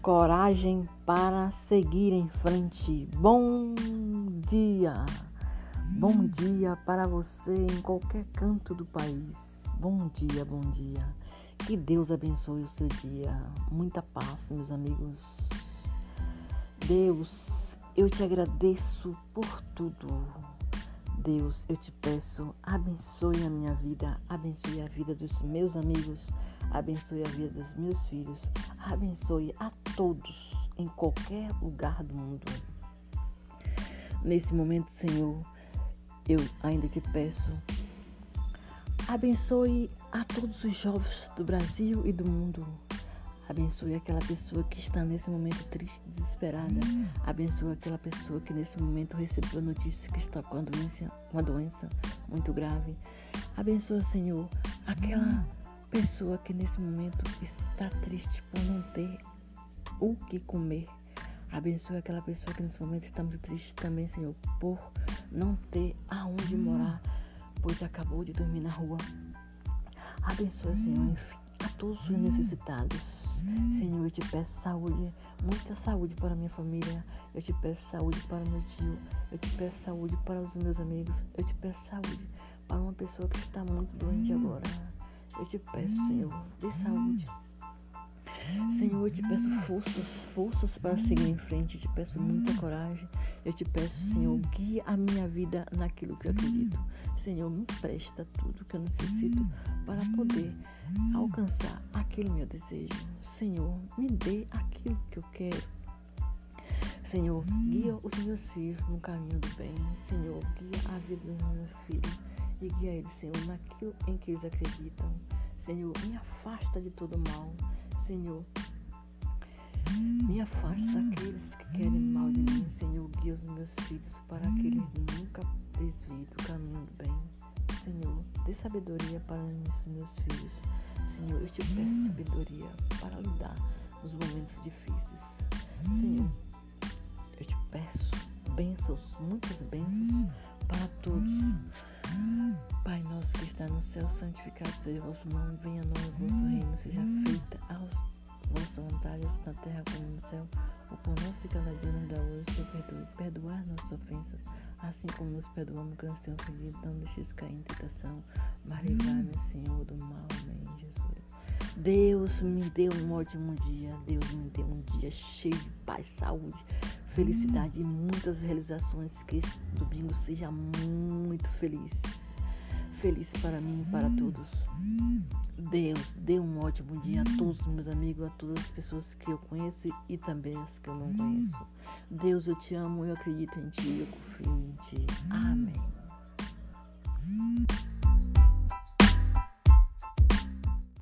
coragem para seguir em frente. Bom dia! Bom dia para você em qualquer canto do país. Bom dia, bom dia. Que Deus abençoe o seu dia. Muita paz, meus amigos. Deus, eu te agradeço por tudo. Deus, eu te peço, abençoe a minha vida, abençoe a vida dos meus amigos, abençoe a vida dos meus filhos, abençoe a todos em qualquer lugar do mundo. Nesse momento, Senhor, eu ainda te peço, abençoe a todos os jovens do Brasil e do mundo. Abençoe aquela pessoa que está nesse momento triste, desesperada. Abençoe aquela pessoa que nesse momento recebeu a notícia que está com uma doença muito grave. Abençoe, Senhor, aquela pessoa que nesse momento está triste por não ter o que comer. Abençoe aquela pessoa que nesse momento está muito triste também, Senhor, por não ter aonde morar, pois acabou de dormir na rua. Abençoe, Senhor, enfim, a todos os necessitados. Senhor, eu te peço saúde, muita saúde para a minha família. Eu te peço saúde para meu tio. Eu te peço saúde para os meus amigos. Eu te peço saúde para uma pessoa que está muito doente agora. Eu te peço, Senhor, dê saúde. Senhor, eu te peço forças para seguir em frente. Eu te peço muita coragem. Eu te peço, Senhor, guia a minha vida naquilo que eu acredito. Senhor, me presta tudo que eu necessito para poder alcançar aquele meu desejo. Senhor, me dê aquilo que eu quero. Senhor, guia os meus filhos no caminho do bem. Senhor, guia a vida dos meus filhos e guia eles, Senhor, naquilo em que eles acreditam. Senhor, me afasta de todo mal. Senhor, me afasta daqueles que querem mal de mim. Senhor, guia os meus filhos para que eles nunca desviem do caminho do bem. Senhor, dê sabedoria para os meus filhos. Senhor, eu te peço sabedoria para lidar nos momentos difíceis. Senhor, eu te peço bênçãos, muitas bênçãos para todos. Pai nosso que está no céu, santificado seja o vosso nome, venha a nós o vosso reino, seja feita a vossa vontade, assim na terra como no céu. O pão nosso de cada dia nos dá hoje, perdoar nossas ofensas, assim como nos perdoamos que nos têm ofendido. Não deixes cair em tentação, mas livrai-nos, Senhor, do mal. Amém, Jesus. Deus me dê um ótimo dia. Deus me dê um dia cheio de paz, saúde, felicidade e muitas realizações. Que esse domingo seja muito feliz. Feliz para mim e para todos. Deus dê um ótimo dia a todos os meus amigos, a todas as pessoas que eu conheço e também as que eu não conheço. Deus, eu te amo, eu acredito em ti, eu confio em ti. Amém.